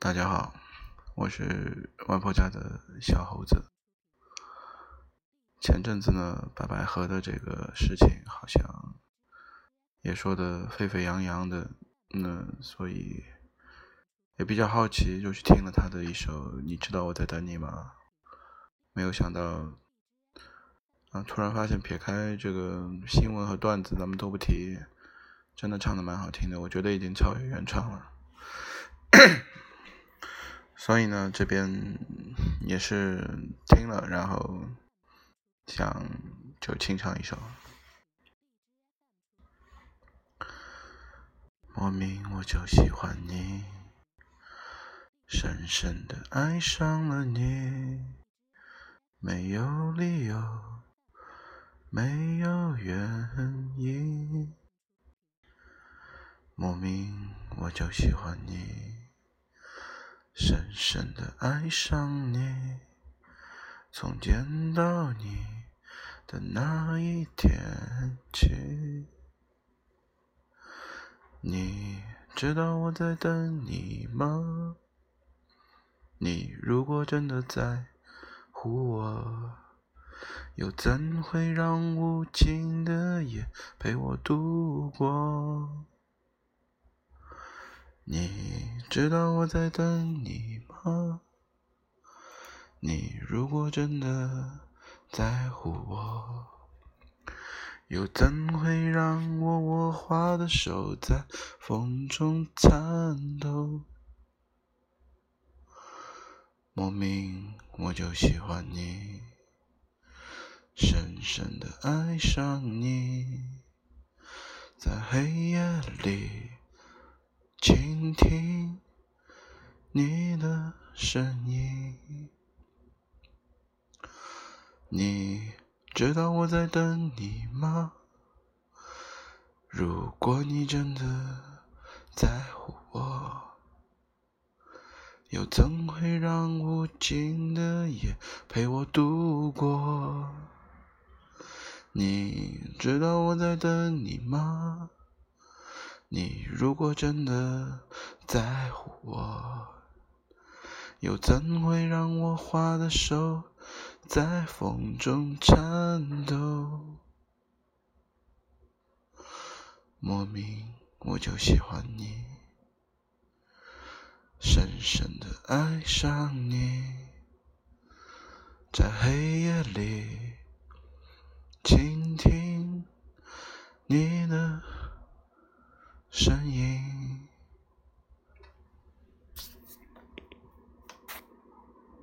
大家好，我是外婆家的小猴子。前阵子呢，白百合的这个事情好像也说得沸沸扬扬的，所以也比较好奇，就去听了他的一首《你知道我在等你吗》。没有想到，突然发现撇开这个新闻和段子咱们都不提，真的唱得蛮好听的，我觉得已经超越原唱了。所以呢，这边也是听了，然后想就清唱一首。莫名我就喜欢你，深深的爱上了你，没有理由，没有原因。莫名我就喜欢你，深深的爱上你，从见到你的那一天起。你知道我在等你吗？你如果真的在乎我，又怎会让无尽的夜陪我度过？你知道我在等你吗？你如果真的在乎我，又怎会让我握花的手在风中颤抖？莫名我就喜欢你，深深的爱上你，在黑夜里倾听你的声音。你知道我在等你吗？如果你真的在乎我，又怎会让无尽的夜陪我度过？你知道我在等你吗？你如果真的在乎我，又怎会让我花的手在风中颤抖？莫名我就喜欢你，深深的爱上你，在黑夜里倾听你的声音。